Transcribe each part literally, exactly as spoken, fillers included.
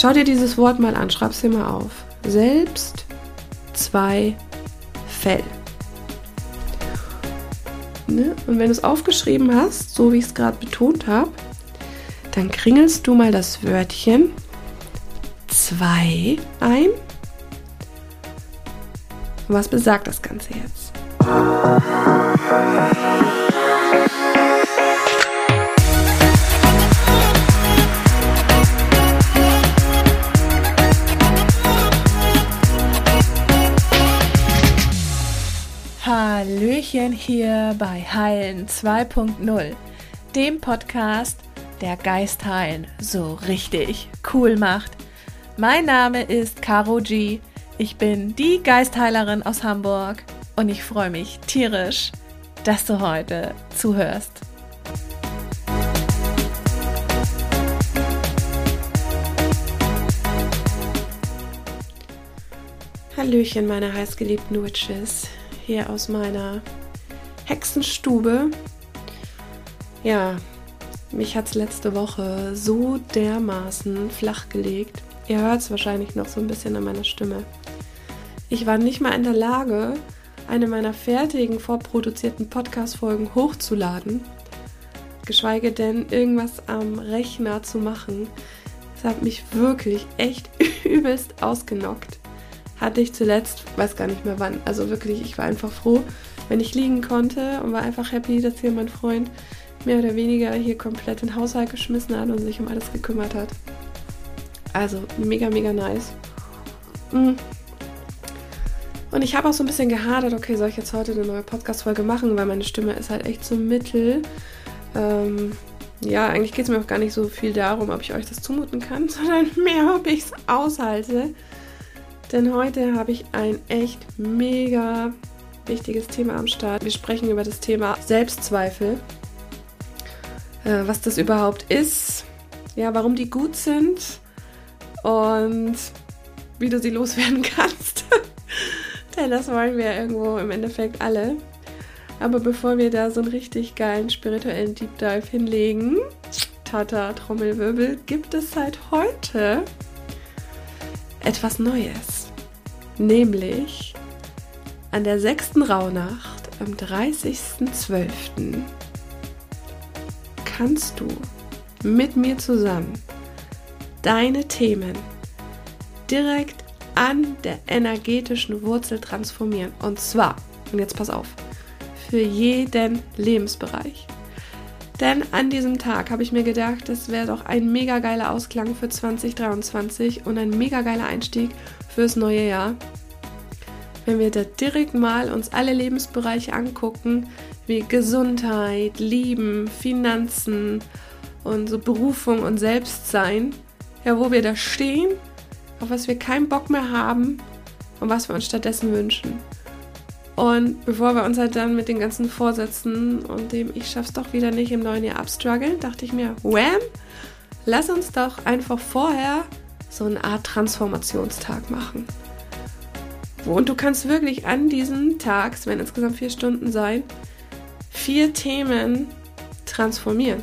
Schau dir dieses Wort mal an, schreib's dir mal auf. Selbst, zwei, Fell. Ne? Und wenn du es aufgeschrieben hast, so wie ich es gerade betont habe, dann kringelst du mal das Wörtchen zwei ein. Was besagt das Ganze jetzt? Hallöchen hier bei Heilen zwei Punkt null, dem Podcast, der Geist heilen so richtig cool macht. Mein Name ist Caro G. Ich bin die Geistheilerin aus Hamburg und ich freue mich tierisch, dass du heute zuhörst. Hallöchen, meine heißgeliebten Witches, hier aus meiner Hexenstube. Ja, mich hat es letzte Woche so dermaßen flach gelegt. Ihr hört es wahrscheinlich noch so ein bisschen an meiner Stimme. Ich war nicht mal in der Lage, eine meiner fertigen, vorproduzierten Podcast-Folgen hochzuladen, geschweige denn irgendwas am Rechner zu machen. Das hat mich wirklich echt übelst ausgenockt. Hatte ich zuletzt, weiß gar nicht mehr wann, also wirklich, ich war einfach froh, wenn ich liegen konnte und war einfach happy, dass hier mein Freund mehr oder weniger hier komplett den Haushalt geschmissen hat und sich um alles gekümmert hat. Also mega, mega nice. Und ich habe auch so ein bisschen gehadert, okay, soll ich jetzt heute eine neue Podcast-Folge machen, weil meine Stimme ist halt echt so mittel. Ähm, ja, eigentlich geht es mir auch gar nicht so viel darum, ob ich euch das zumuten kann, sondern mehr, ob ich es aushalte. Denn heute habe ich ein echt mega wichtiges Thema am Start. Wir sprechen über das Thema Selbstzweifel. Äh, was das überhaupt ist, ja, warum die gut sind und wie du sie loswerden kannst. Denn das wollen wir irgendwo im Endeffekt alle. Aber bevor wir da so einen richtig geilen spirituellen Deep Dive hinlegen, Tata, Trommelwirbel, gibt es seit heute etwas Neues. Nämlich an der sechsten Rauhnacht, am dreißigsten zwölften kannst du mit mir zusammen deine Themen direkt an der energetischen Wurzel transformieren. Und zwar, und jetzt pass auf, für jeden Lebensbereich. Denn an diesem Tag habe ich mir gedacht, das wäre doch ein mega geiler Ausklang für zwanzig dreiundzwanzig und ein mega geiler Einstieg fürs neue Jahr. Wenn wir da direkt mal uns alle Lebensbereiche angucken, wie Gesundheit, Lieben, Finanzen und so Berufung und Selbstsein, ja, wo wir da stehen, auf was wir keinen Bock mehr haben und was wir uns stattdessen wünschen. Und bevor wir uns halt dann mit den ganzen Vorsätzen und dem ich schaff's doch wieder nicht im neuen Jahr abstruggeln, dachte ich mir, wham, lass uns doch einfach vorher so eine Art Transformationstag machen. Und du kannst wirklich an diesem Tag, es werden insgesamt vier Stunden sein, vier Themen transformieren.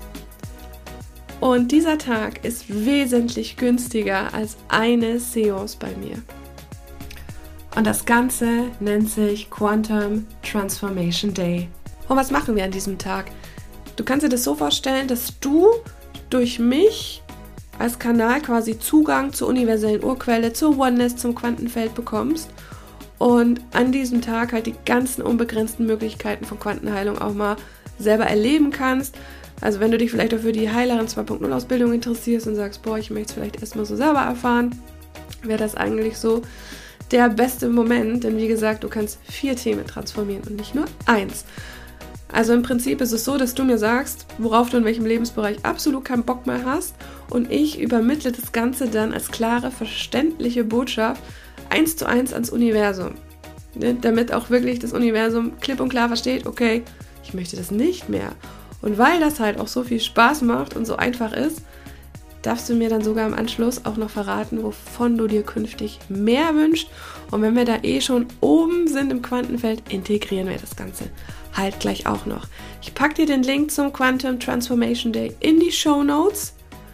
Und dieser Tag ist wesentlich günstiger als eine Seance bei mir. Und das Ganze nennt sich Quantum Transformation Day. Und was machen wir an diesem Tag? Du kannst dir das so vorstellen, dass du durch mich als Kanal quasi Zugang zur universellen Urquelle, zur Oneness, zum Quantenfeld bekommst und an diesem Tag halt die ganzen unbegrenzten Möglichkeiten von Quantenheilung auch mal selber erleben kannst. Also wenn du dich vielleicht auch für die Heilerin zwei Punkt null Ausbildung interessierst und sagst, boah, ich möchte es vielleicht erstmal so selber erfahren, wäre das eigentlich so der beste Moment, denn wie gesagt, du kannst vier Themen transformieren und nicht nur eins. Also im Prinzip ist es so, dass du mir sagst, worauf du in welchem Lebensbereich absolut keinen Bock mehr hast und ich übermittle das Ganze dann als klare, verständliche Botschaft eins zu eins ans Universum. Ne? Damit auch wirklich das Universum klipp und klar versteht, okay, ich möchte das nicht mehr. Und weil das halt auch so viel Spaß macht und so einfach ist, darfst du mir dann sogar im Anschluss auch noch verraten, wovon du dir künftig mehr wünschst. Und wenn wir da eh schon oben sind im Quantenfeld, integrieren wir das Ganze halt gleich auch noch. Ich packe dir den Link zum Quantum Transformation Day in die Shownotes.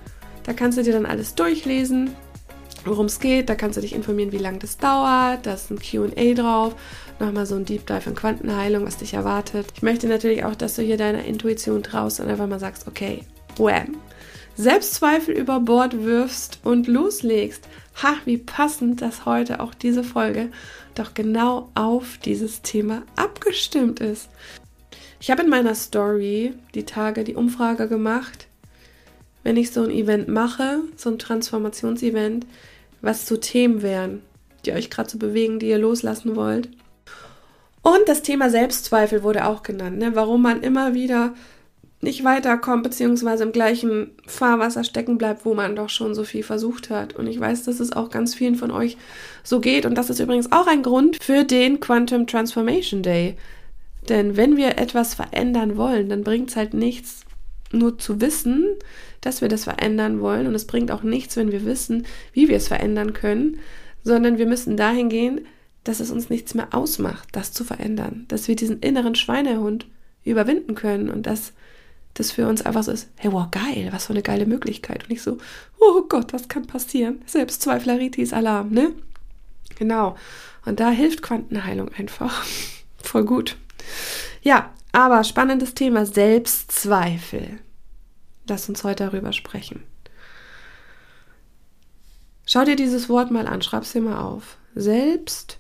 Da kannst du dir dann alles durchlesen, worum es geht. Da kannst du dich informieren, wie lange das dauert. Da ist ein Q und A drauf. Nochmal so ein Deep Dive in Quantenheilung, was dich erwartet. Ich möchte natürlich auch, dass du hier deiner Intuition traust und einfach mal sagst, okay, wham. Selbstzweifel über Bord wirfst und loslegst. Ha, wie passend, dass heute auch diese Folge doch genau auf dieses Thema abgestimmt ist. Ich habe in meiner Story die Tage die Umfrage gemacht, wenn ich so ein Event mache, so ein Transformationsevent, was so Themen wären, die euch gerade so bewegen, die ihr loslassen wollt. Und das Thema Selbstzweifel wurde auch genannt, ne? Warum man immer wieder nicht weiterkommt, beziehungsweise im gleichen Fahrwasser stecken bleibt, wo man doch schon so viel versucht hat. Und ich weiß, dass es auch ganz vielen von euch so geht. Und das ist übrigens auch ein Grund für den Quantum Transformation Day. Denn wenn wir etwas verändern wollen, dann bringt es halt nichts, nur zu wissen, dass wir das verändern wollen. Und es bringt auch nichts, wenn wir wissen, wie wir es verändern können, sondern wir müssen dahin gehen, dass es uns nichts mehr ausmacht, das zu verändern. Dass wir diesen inneren Schweinehund überwinden können und dass das für uns einfach so ist, hey, wow, geil, was für eine geile Möglichkeit. Und nicht so, oh Gott, was kann passieren? Selbstzweifleritis Alarm, ne? Genau. Und da hilft Quantenheilung einfach. Voll gut. Ja, aber spannendes Thema, Selbstzweifel. Lass uns heute darüber sprechen. Schau dir dieses Wort mal an, schreib es dir mal auf. Selbstzweifel.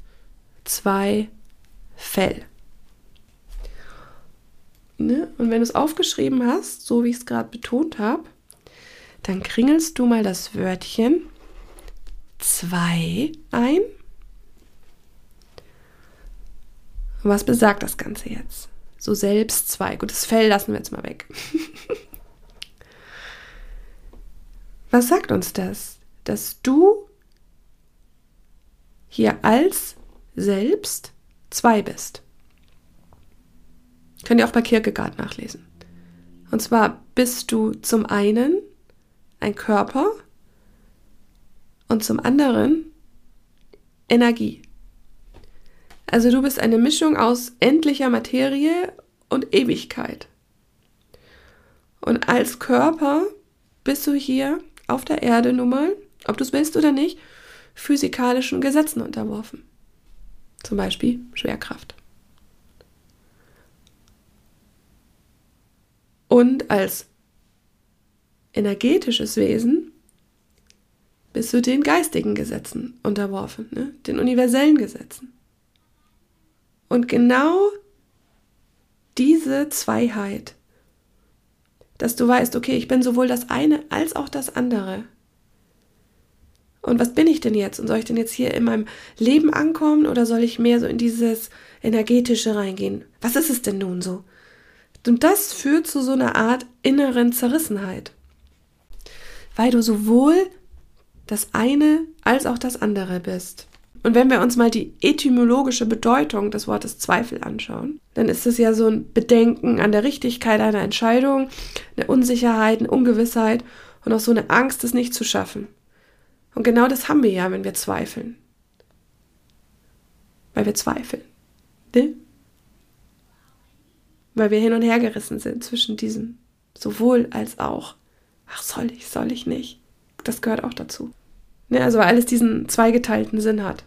Ne? Und wenn du es aufgeschrieben hast, so wie ich es gerade betont habe, dann kringelst du mal das Wörtchen zwei ein. Und was besagt das Ganze jetzt? So selbst zwei. Gut, das Fell lassen wir jetzt mal weg. Was sagt uns das? Dass du hier als selbst zwei bist. Könnt ihr auch bei Kierkegaard nachlesen. Und zwar bist du zum einen ein Körper und zum anderen Energie. Also du bist eine Mischung aus endlicher Materie und Ewigkeit. Und als Körper bist du hier auf der Erde nun mal, ob du es willst oder nicht, physikalischen Gesetzen unterworfen. Zum Beispiel Schwerkraft. Und als energetisches Wesen bist du den geistigen Gesetzen unterworfen, ne? Den universellen Gesetzen. Und genau diese Zweiheit, dass du weißt, okay, ich bin sowohl das eine als auch das andere. Und was bin ich denn jetzt? Und soll ich denn jetzt hier in meinem Leben ankommen oder soll ich mehr so in dieses Energetische reingehen? Was ist es denn nun so? Und das führt zu so einer Art inneren Zerrissenheit, weil du sowohl das eine als auch das andere bist. Und wenn wir uns mal die etymologische Bedeutung des Wortes Zweifel anschauen, dann ist es ja so ein Bedenken an der Richtigkeit einer Entscheidung, eine Unsicherheit, eine Ungewissheit und auch so eine Angst, es nicht zu schaffen. Und genau das haben wir ja, wenn wir zweifeln. Weil wir zweifeln. Ne? Weil wir hin und her gerissen sind zwischen diesem sowohl als auch. Ach, soll ich, soll ich nicht? Das gehört auch dazu. Ne? Also weil alles diesen zweigeteilten Sinn hat.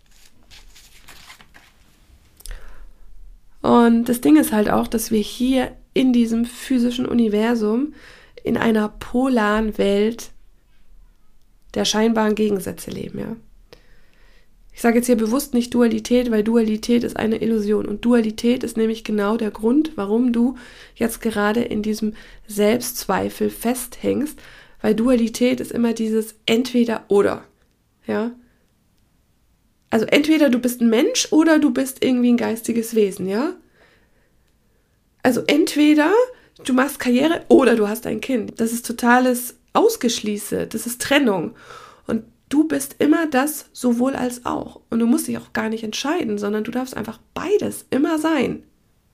Und das Ding ist halt auch, dass wir hier in diesem physischen Universum in einer polaren Welt der scheinbaren Gegensätze leben, ja. Ich sage jetzt hier bewusst nicht Dualität, weil Dualität ist eine Illusion. Und Dualität ist nämlich genau der Grund, warum du jetzt gerade in diesem Selbstzweifel festhängst, weil Dualität ist immer dieses Entweder-Oder, ja. Also entweder du bist ein Mensch oder du bist irgendwie ein geistiges Wesen, ja. Also entweder du machst Karriere oder du hast ein Kind. Das ist totales Ausgeschließe, das ist Trennung. Und du bist immer das sowohl als auch. Und du musst dich auch gar nicht entscheiden, sondern du darfst einfach beides immer sein.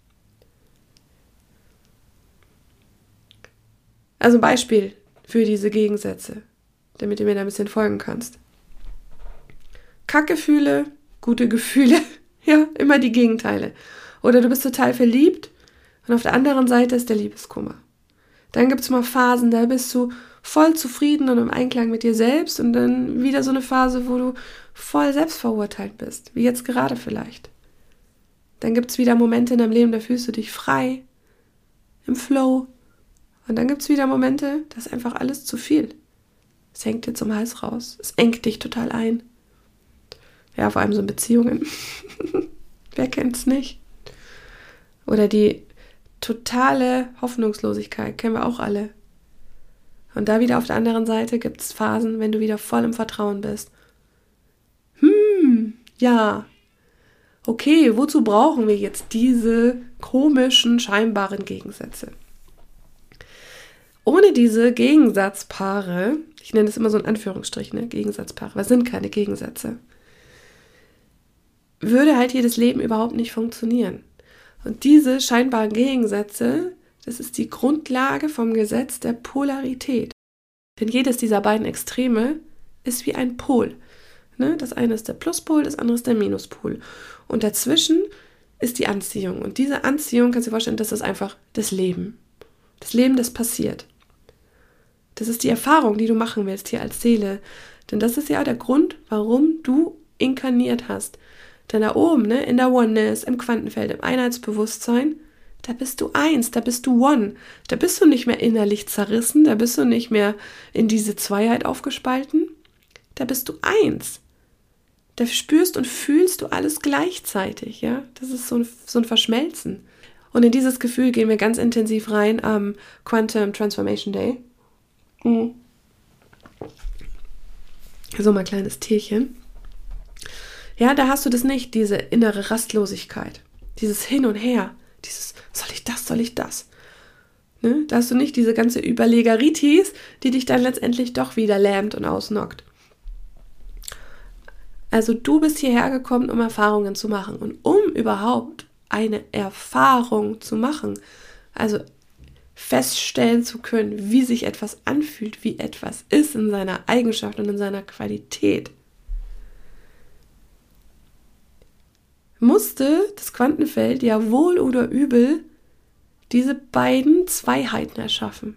Also ein Beispiel für diese Gegensätze, damit du mir da ein bisschen folgen kannst. Kackgefühle, gute Gefühle, ja, immer die Gegenteile. Oder du bist total verliebt und auf der anderen Seite ist der Liebeskummer. Dann gibt es mal Phasen, da bist du voll zufrieden und im Einklang mit dir selbst und dann wieder so eine Phase, wo du voll selbstverurteilt bist, wie jetzt gerade vielleicht. Dann gibt es wieder Momente in deinem Leben, da fühlst du dich frei, im Flow. Und dann gibt es wieder Momente, da ist einfach alles zu viel. Es hängt dir zum Hals raus. Es engt dich total ein. Ja, vor allem so in Beziehungen. Wer kennt's nicht? Oder die totale Hoffnungslosigkeit, kennen wir auch alle. Und da wieder auf der anderen Seite gibt es Phasen, wenn du wieder voll im Vertrauen bist. Hm, ja. Okay, wozu brauchen wir jetzt diese komischen, scheinbaren Gegensätze? Ohne diese Gegensatzpaare, ich nenne es immer so in Anführungsstrichen, ne, Gegensatzpaare, was sind keine Gegensätze, würde halt jedes Leben überhaupt nicht funktionieren. Und diese scheinbaren Gegensätze, das ist die Grundlage vom Gesetz der Polarität. Denn jedes dieser beiden Extreme ist wie ein Pol. Ne? Das eine ist der Pluspol, das andere ist der Minuspol. Und dazwischen ist die Anziehung. Und diese Anziehung, kannst du dir vorstellen, das ist einfach das Leben. Das Leben, das passiert. Das ist die Erfahrung, die du machen willst hier als Seele. Denn das ist ja der Grund, warum du inkarniert hast. Denn da oben, ne, in der Oneness, im Quantenfeld, im Einheitsbewusstsein, da bist du eins, da bist du One. Da bist du nicht mehr innerlich zerrissen, da bist du nicht mehr in diese Zweiheit aufgespalten. Da bist du eins. Da spürst und fühlst du alles gleichzeitig, ja. Das ist so ein, so ein Verschmelzen. Und in dieses Gefühl gehen wir ganz intensiv rein am Quantum Transformation Day. Mhm. So mal ein kleines Tierchen. Ja, da hast du das nicht, diese innere Rastlosigkeit, dieses Hin und Her, dieses, soll ich das, soll ich das? Ne? Da hast du nicht diese ganze Überlegeritis, die dich dann letztendlich doch wieder lähmt und ausnockt. Also du bist hierher gekommen, um Erfahrungen zu machen. Und um überhaupt eine Erfahrung zu machen, also feststellen zu können, wie sich etwas anfühlt, wie etwas ist in seiner Eigenschaft und in seiner Qualität, musste das Quantenfeld ja wohl oder übel diese beiden Zweiheiten erschaffen.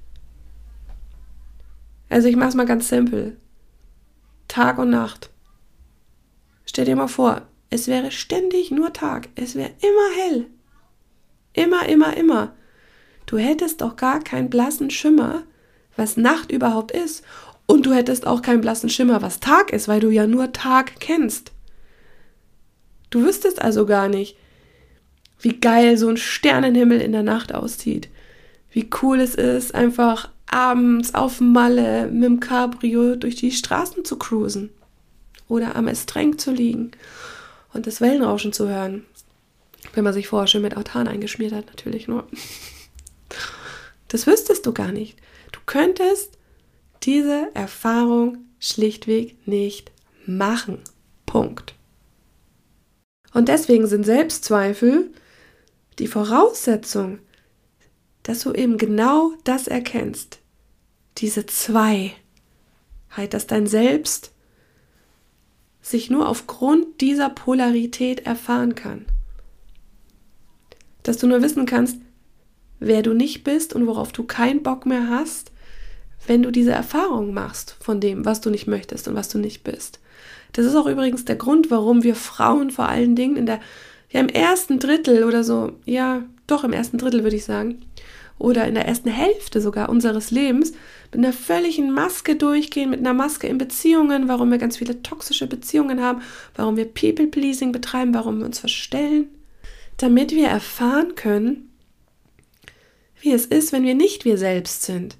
Also ich mache es mal ganz simpel. Tag und Nacht. Stell dir mal vor, es wäre ständig nur Tag. Es wäre immer hell. Immer, immer, immer. Du hättest doch gar keinen blassen Schimmer, was Nacht überhaupt ist. Und du hättest auch keinen blassen Schimmer, was Tag ist, weil du ja nur Tag kennst. Du wüsstest also gar nicht, wie geil so ein Sternenhimmel in der Nacht aussieht. Wie cool es ist, einfach abends auf Malle mit dem Cabrio durch die Straßen zu cruisen. Oder am Estreng zu liegen und das Wellenrauschen zu hören. Wenn man sich vorher schön mit Autan eingeschmiert hat, natürlich nur. Das wüsstest du gar nicht. Du könntest diese Erfahrung schlichtweg nicht machen. Punkt. Und deswegen sind Selbstzweifel die Voraussetzung, dass du eben genau das erkennst. Diese Zweiheit, dass dein Selbst sich nur aufgrund dieser Polarität erfahren kann. Dass du nur wissen kannst, wer du nicht bist und worauf du keinen Bock mehr hast, wenn du diese Erfahrung machst von dem, was du nicht möchtest und was du nicht bist. Das ist auch übrigens der Grund, warum wir Frauen vor allen Dingen in der, ja im ersten Drittel oder so, ja doch im ersten Drittel würde ich sagen, oder in der ersten Hälfte sogar unseres Lebens mit einer völligen Maske durchgehen, mit einer Maske in Beziehungen, warum wir ganz viele toxische Beziehungen haben, warum wir People-Pleasing betreiben, warum wir uns verstellen, damit wir erfahren können, wie es ist, wenn wir nicht wir selbst sind.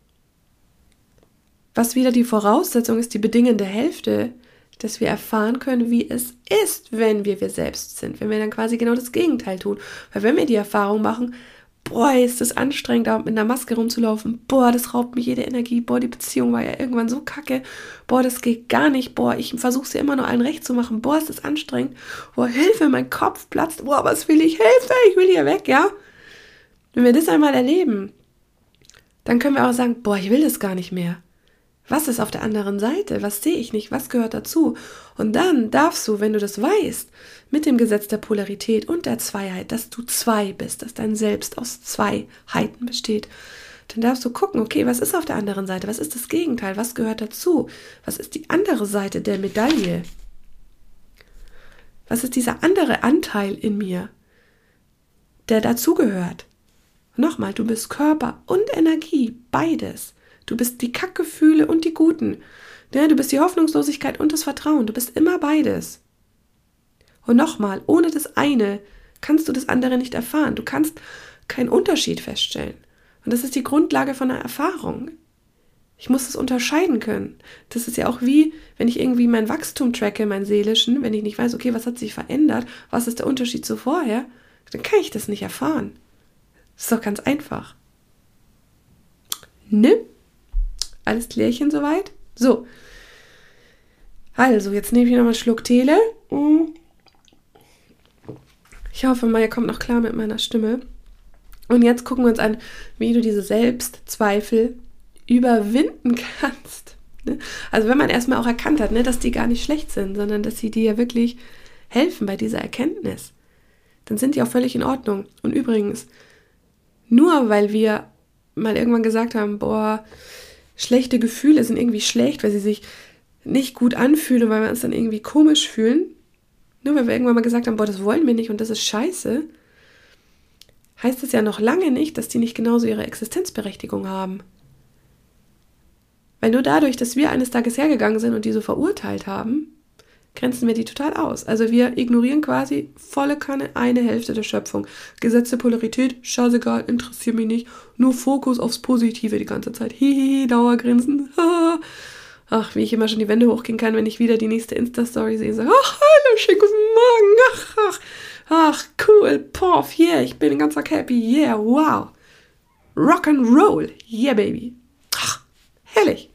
Was wieder die Voraussetzung ist, die bedingende Hälfte, dass wir erfahren können, wie es ist, wenn wir wir selbst sind, wenn wir dann quasi genau das Gegenteil tun. Weil wenn wir die Erfahrung machen, boah, ist das anstrengend, da mit einer Maske rumzulaufen, boah, das raubt mir jede Energie, boah, die Beziehung war ja irgendwann so kacke, boah, das geht gar nicht, boah, ich versuche es ja immer nur allen recht zu machen, boah, ist das anstrengend, boah, Hilfe, mein Kopf platzt, boah, was will ich, Hilfe, ich will hier weg, ja? Wenn wir das einmal erleben, dann können wir auch sagen, boah, ich will das gar nicht mehr. Was ist auf der anderen Seite? Was sehe ich nicht? Was gehört dazu? Und dann darfst du, wenn du das weißt, mit dem Gesetz der Polarität und der Zweiheit, dass du zwei bist, dass dein Selbst aus Zweiheiten besteht, Dann darfst du gucken, okay, was ist auf der anderen Seite? Was ist das Gegenteil? Was gehört dazu? Was ist die andere Seite der Medaille? Was ist dieser andere Anteil in mir, der dazugehört? Nochmal, du bist Körper und Energie, beides. Du bist die Kackgefühle und die guten. Ja, du bist die Hoffnungslosigkeit und das Vertrauen. Du bist immer beides. Und nochmal, ohne das eine kannst du das andere nicht erfahren. Du kannst keinen Unterschied feststellen. Und das ist die Grundlage von einer Erfahrung. Ich muss es unterscheiden können. Das ist ja auch wie, wenn ich irgendwie mein Wachstum tracke, meinen seelischen, wenn ich nicht weiß, okay, was hat sich verändert, was ist der Unterschied zu vorher, dann kann ich das nicht erfahren. Das ist doch ganz einfach. Ne? Alles klärchen soweit? So. Also, jetzt nehme ich nochmal einen Schluck Tele. Ich hoffe mal, ihr kommt noch klar mit meiner Stimme. Und jetzt gucken wir uns an, wie du diese Selbstzweifel überwinden kannst. Also wenn man erstmal auch erkannt hat, ne, dass die gar nicht schlecht sind, sondern dass sie dir ja wirklich helfen bei dieser Erkenntnis, dann sind die auch völlig in Ordnung. Und übrigens, nur weil wir mal irgendwann gesagt haben, boah, schlechte Gefühle sind irgendwie schlecht, weil sie sich nicht gut anfühlen, weil wir uns dann irgendwie komisch fühlen, nur weil wir irgendwann mal gesagt haben, boah, das wollen wir nicht und das ist scheiße, heißt es ja noch lange nicht, dass die nicht genauso ihre Existenzberechtigung haben. Weil nur dadurch, dass wir eines Tages hergegangen sind und die so verurteilt haben, grenzen wir die total aus. Also wir ignorieren quasi volle Kanne eine Hälfte der Schöpfung. Gesetz der Polarität, scheißegal, interessiert mich nicht. Nur Fokus aufs Positive die ganze Zeit. Hihihi, Dauergrinsen. Ach, wie ich immer schon die Wände hochgehen kann, wenn ich wieder die nächste Insta-Story sehe. Sage, ach, hallo, schönen guten Morgen. Ach, ach, ach, cool, poff, yeah, ich bin den ganzen Tag happy, yeah, wow. Rock and roll, yeah, baby. Ach, herrlich.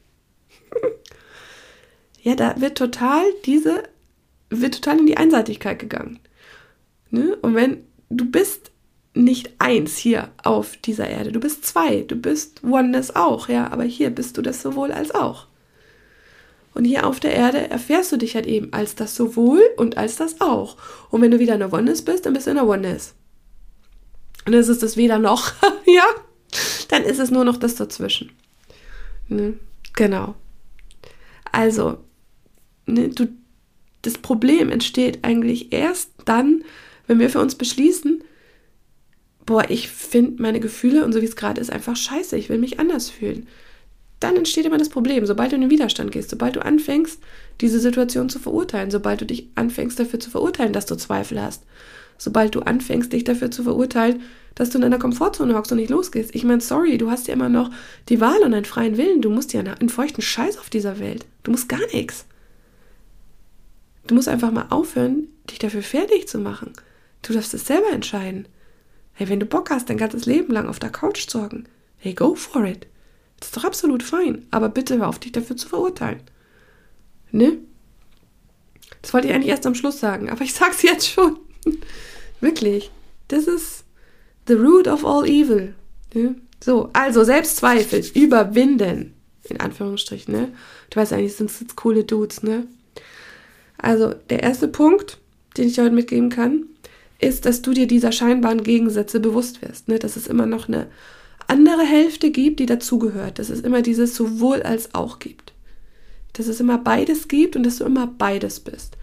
Ja, da wird total diese, wird total in die Einseitigkeit gegangen. Ne? Und wenn, du bist nicht eins hier auf dieser Erde, du bist zwei, du bist Oneness auch, ja, aber hier bist du das sowohl als auch. Und hier auf der Erde erfährst du dich halt eben als das sowohl und als das auch. Und wenn du wieder in der Oneness bist, dann bist du in der Oneness. Und dann ist es das weder noch, ja, dann ist es nur noch das dazwischen. Ne? Genau. Also, ne, du, das Problem entsteht eigentlich erst dann, wenn wir für uns beschließen, boah, ich finde meine Gefühle und so wie es gerade ist einfach scheiße, ich will mich anders fühlen. Dann entsteht immer das Problem, sobald du in den Widerstand gehst, sobald du anfängst, diese Situation zu verurteilen, sobald du dich anfängst dafür zu verurteilen, dass du Zweifel hast, sobald du anfängst, dich dafür zu verurteilen, dass du in deiner Komfortzone hockst und nicht losgehst. Ich meine, sorry, du hast ja immer noch die Wahl und einen freien Willen, du musst ja einen feuchten Scheiß auf dieser Welt, du musst gar nichts. Du musst einfach mal aufhören, dich dafür fertig zu machen. Du darfst es selber entscheiden. Hey, wenn du Bock hast, dein ganzes Leben lang auf der Couch zu hocken, hey, go for it. Das ist doch absolut fein, aber bitte hör auf, dich dafür zu verurteilen. Ne? Das wollte ich eigentlich erst am Schluss sagen, aber ich sag's jetzt schon. Wirklich. Das ist the root of all evil. Ne? So, also Selbstzweifel überwinden. In Anführungsstrichen, ne? Du weißt eigentlich, sind jetzt coole Dudes, ne? Also, der erste Punkt, den ich dir heute mitgeben kann, ist, dass du dir dieser scheinbaren Gegensätze bewusst wirst, ne? Dass es immer noch eine andere Hälfte gibt, die dazugehört. Dass es immer dieses sowohl als auch gibt. Dass es immer beides gibt und dass du immer beides bist.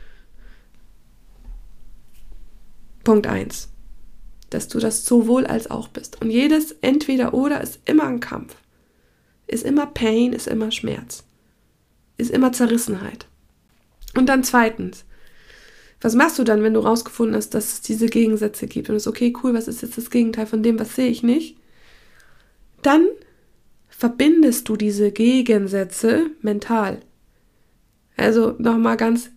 Punkt eins. Dass du das sowohl als auch bist. Und jedes Entweder-Oder ist immer ein Kampf. Ist immer Pain, ist immer Schmerz. Ist immer Zerrissenheit. Und dann zweitens, was machst du dann, wenn du rausgefunden hast, dass es diese Gegensätze gibt? Und es ist okay, cool, was ist jetzt das Gegenteil von dem, was sehe ich nicht? Dann verbindest du diese Gegensätze mental. Also nochmal ganz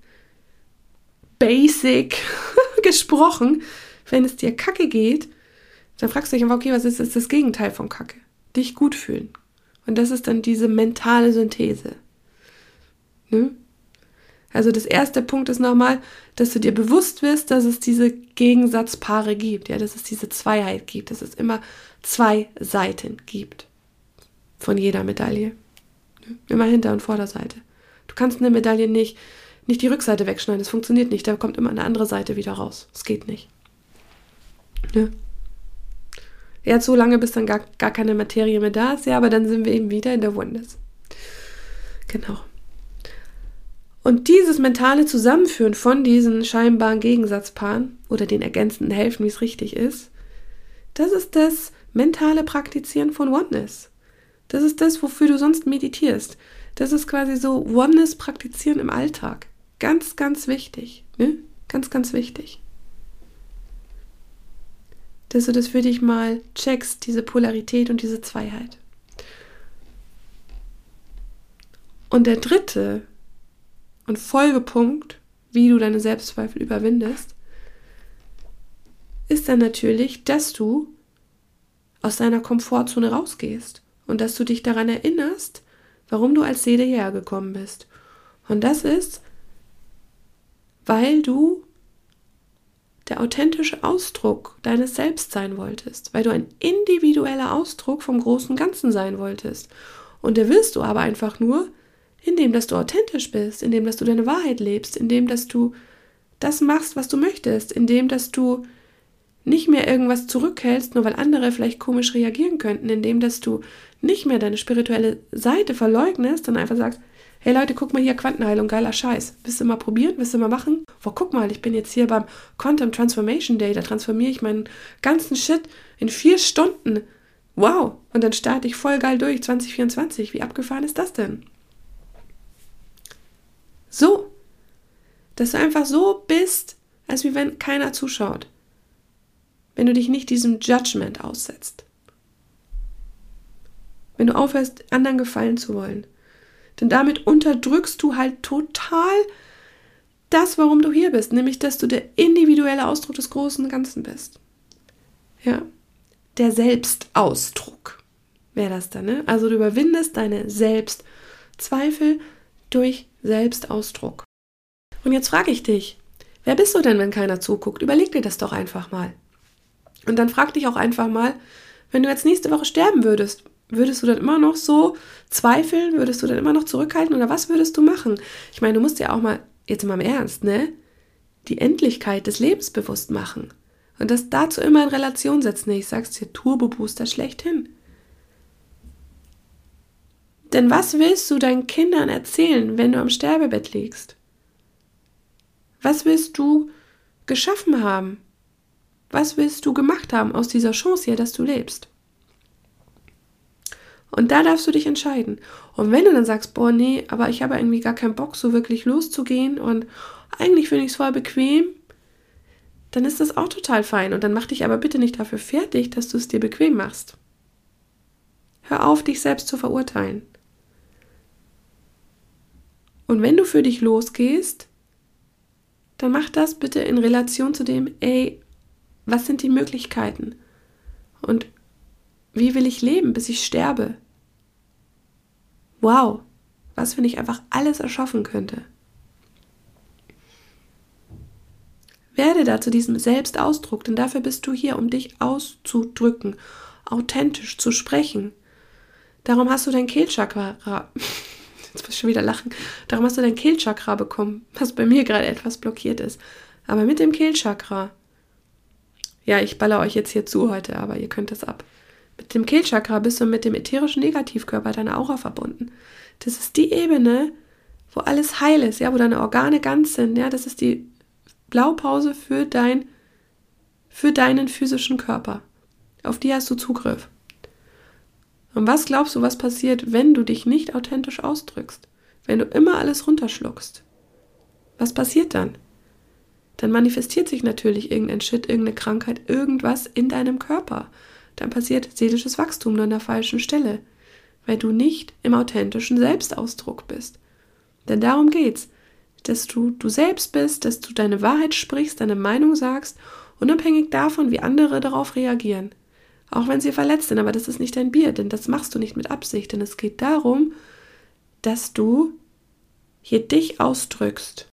basic gesprochen, wenn es dir kacke geht, dann fragst du dich einfach, okay, was ist jetzt das Gegenteil von Kacke? Dich gut fühlen. Und das ist dann diese mentale Synthese. Ne? Also das erste Punkt ist nochmal, dass du dir bewusst wirst, dass es diese Gegensatzpaare gibt, ja, dass es diese Zweiheit gibt, dass es immer zwei Seiten gibt von jeder Medaille. Immer Hinter- und Vorderseite. Du kannst eine Medaille nicht, nicht die Rückseite wegschneiden, das funktioniert nicht, da kommt immer eine andere Seite wieder raus. Es geht nicht. Ja. Ja, so lange, bis dann gar, gar keine Materie mehr da ist. Ja, aber dann sind wir eben wieder in der Oneness. Genau. Und dieses mentale Zusammenführen von diesen scheinbaren Gegensatzpaaren oder den ergänzenden Hälften, wie es richtig ist, das ist das mentale Praktizieren von Oneness. Das ist das, wofür du sonst meditierst. Das ist quasi so Oneness praktizieren im Alltag. Ganz, ganz wichtig. Ne? Ganz, ganz wichtig. Dass du das für dich mal checkst, diese Polarität und diese Zweiheit. Und der dritte und Folgepunkt, wie du deine Selbstzweifel überwindest, ist dann natürlich, dass du aus deiner Komfortzone rausgehst und dass du dich daran erinnerst, warum du als Seele hierher gekommen bist. Und das ist, weil du der authentische Ausdruck deines Selbst sein wolltest, weil du ein individueller Ausdruck vom großen Ganzen sein wolltest. Und der wirst du aber einfach nur, indem dass du authentisch bist, indem dass du deine Wahrheit lebst, indem dass du das machst, was du möchtest, indem dass du nicht mehr irgendwas zurückhältst, nur weil andere vielleicht komisch reagieren könnten, indem dass du nicht mehr deine spirituelle Seite verleugnest und einfach sagst, hey Leute, guck mal hier, Quantenheilung, geiler Scheiß. Willst du mal probieren? Willst du mal machen? Boah, guck mal, ich bin jetzt hier beim Quantum Transformation Day, da transformiere ich meinen ganzen Shit in vier Stunden. Wow! Und dann starte ich voll geil durch, zwanzig vierundzwanzig. Wie abgefahren ist das denn? So, dass du einfach so bist, als wie wenn keiner zuschaut. Wenn du dich nicht diesem Judgment aussetzt. Wenn du aufhörst, anderen gefallen zu wollen. Denn damit unterdrückst du halt total das, warum du hier bist. Nämlich, dass du der individuelle Ausdruck des großen Ganzen bist. Ja, der Selbstausdruck wäre das dann, ne? Also du überwindest deine Selbstzweifel durch Selbstausdruck. Und jetzt frage ich dich, wer bist du denn, wenn keiner zuguckt? Überleg dir das doch einfach mal. Und dann frag dich auch einfach mal, wenn du jetzt nächste Woche sterben würdest, würdest du dann immer noch so zweifeln? Würdest du dann immer noch zurückhalten? Oder was würdest du machen? Ich meine, du musst ja auch mal, jetzt mal im Ernst, ne? Die Endlichkeit des Lebens bewusst machen. Und das dazu immer in Relation setzen. Ich sag's dir, Turbo-Booster schlechthin. Denn was willst du deinen Kindern erzählen, wenn du am Sterbebett liegst? Was willst du geschaffen haben? Was willst du gemacht haben aus dieser Chance hier, dass du lebst? Und da darfst du dich entscheiden. Und wenn du dann sagst, boah, nee, aber ich habe irgendwie gar keinen Bock, so wirklich loszugehen und eigentlich finde ich es voll bequem, dann ist das auch total fein. Und dann mach dich aber bitte nicht dafür fertig, dass du es dir bequem machst. Hör auf, dich selbst zu verurteilen. Und wenn du für dich losgehst, dann mach das bitte in Relation zu dem, ey, was sind die Möglichkeiten? Und wie will ich leben, bis ich sterbe? Wow, was, wenn ich einfach alles erschaffen könnte? Werde da zu diesem Selbstausdruck, denn dafür bist du hier, um dich auszudrücken, authentisch zu sprechen. Darum hast du dein Kehlchakra, jetzt muss ich schon wieder lachen, darum hast du dein Kehlchakra bekommen, was bei mir gerade etwas blockiert ist. Aber mit dem Kehlchakra, ja, ich baller euch jetzt hier zu heute, aber ihr könnt das ab. Mit dem Kehlchakra bist du mit dem ätherischen Negativkörper deiner Aura verbunden. Das ist die Ebene, wo alles heil ist, ja, wo deine Organe ganz sind, ja, das ist die Blaupause für dein, für deinen physischen Körper. Auf die hast du Zugriff. Und was glaubst du, was passiert, wenn du dich nicht authentisch ausdrückst? Wenn du immer alles runterschluckst? Was passiert dann? Dann manifestiert sich natürlich irgendein Shit, irgendeine Krankheit, irgendwas in deinem Körper. Dann passiert seelisches Wachstum nur an der falschen Stelle, weil du nicht im authentischen Selbstausdruck bist. Denn darum geht's, dass du du selbst bist, dass du deine Wahrheit sprichst, deine Meinung sagst, unabhängig davon, wie andere darauf reagieren. Auch wenn sie verletzt sind, aber das ist nicht dein Bier, denn das machst du nicht mit Absicht, denn es geht darum, dass du hier dich ausdrückst.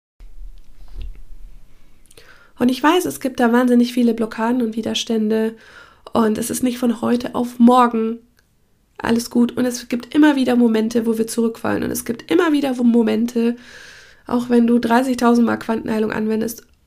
Und ich weiß, es gibt da wahnsinnig viele Blockaden und Widerstände und es ist nicht von heute auf morgen alles gut und es gibt immer wieder Momente, wo wir zurückfallen und es gibt immer wieder Momente, auch wenn du dreißigtausend Mal Quantenheilung anwendest,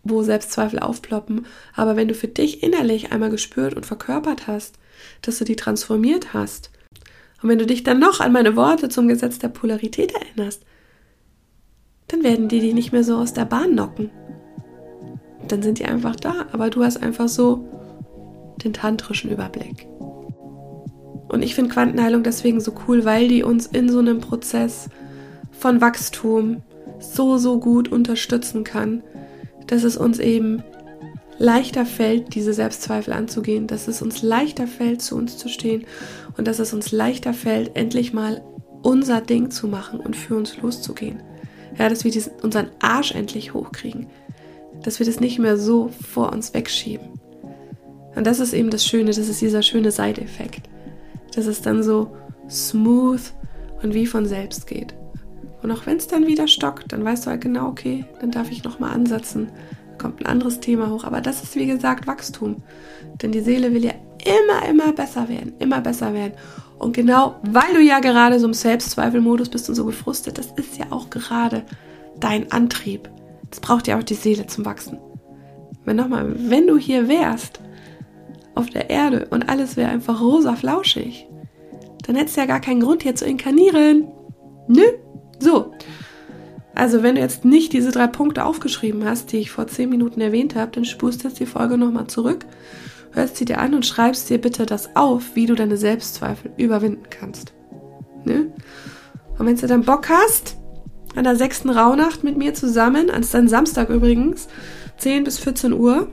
wo Selbstzweifel aufploppen. Aber wenn du für dich innerlich einmal gespürt und verkörpert hast, dass du die transformiert hast, und wenn du dich dann noch an meine Worte zum Gesetz der Polarität erinnerst, dann werden die dich nicht mehr so aus der Bahn knocken. Dann sind die einfach da, aber du hast einfach so den tantrischen Überblick. Und ich finde Quantenheilung deswegen so cool, weil die uns in so einem Prozess von Wachstum so, so gut unterstützen kann, dass es uns eben leichter fällt, diese Selbstzweifel anzugehen, dass es uns leichter fällt, zu uns zu stehen und dass es uns leichter fällt, endlich mal unser Ding zu machen und für uns loszugehen. Ja, dass wir diesen, unseren Arsch endlich hochkriegen, dass wir das nicht mehr so vor uns wegschieben. Und das ist eben das Schöne, das ist dieser schöne Side-Effekt, dass es dann so smooth und wie von selbst geht. Und auch wenn es dann wieder stockt, dann weißt du halt genau, okay, dann darf ich nochmal ansetzen, kommt ein anderes Thema hoch. Aber das ist, wie gesagt, Wachstum. Denn die Seele will ja immer, immer besser werden, immer besser werden. Und genau, weil du ja gerade so im Selbstzweifelmodus bist und so gefrustet, das ist ja auch gerade dein Antrieb. Das braucht ja auch die Seele zum Wachsen. Wenn nochmal, wenn du hier wärst, auf der Erde und alles wäre einfach rosa flauschig, dann hättest du ja gar keinen Grund hier zu inkarnieren. Nö. So. Also wenn du jetzt nicht diese drei Punkte aufgeschrieben hast, die ich vor zehn Minuten erwähnt habe, dann spulst jetzt die Folge nochmal zurück, hörst sie dir an und schreibst dir bitte das auf, wie du deine Selbstzweifel überwinden kannst. Ne? Und wenn du dann Bock hast, an der sechsten Rauhnacht mit mir zusammen, an dann Samstag übrigens, zehn bis vierzehn Uhr,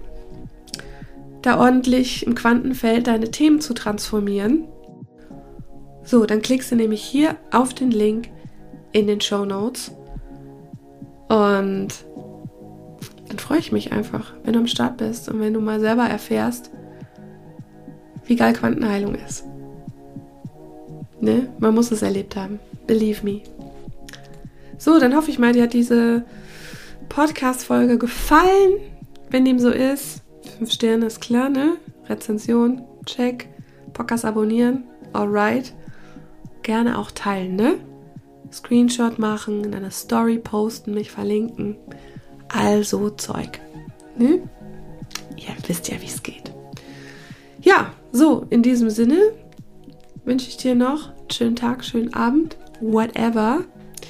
da ordentlich im Quantenfeld deine Themen zu transformieren. So, dann klickst du nämlich hier auf den Link in den Shownotes und dann freue ich mich einfach, wenn du am Start bist und wenn du mal selber erfährst, wie geil Quantenheilung ist. Ne? Man muss es erlebt haben. Believe me. So, dann hoffe ich mal, dir hat diese Podcast-Folge gefallen. Wenn dem so ist, fünf Sterne ist klar, ne? Rezension, check. Podcast abonnieren, alright. Gerne auch teilen, ne? Screenshot machen, in einer Story posten, mich verlinken. Also Zeug. Ne? Ihr wisst ja, wie es geht. Ja, so, in diesem Sinne wünsche ich dir noch einen schönen Tag, schönen Abend, whatever.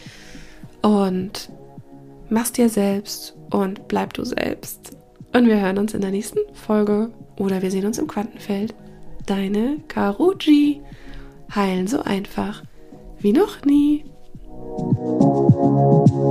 Und mach's dir selbst und bleib du selbst. Und wir hören uns in der nächsten Folge oder wir sehen uns im Quantenfeld. Deine Caro G. Heilen so einfach wie noch nie.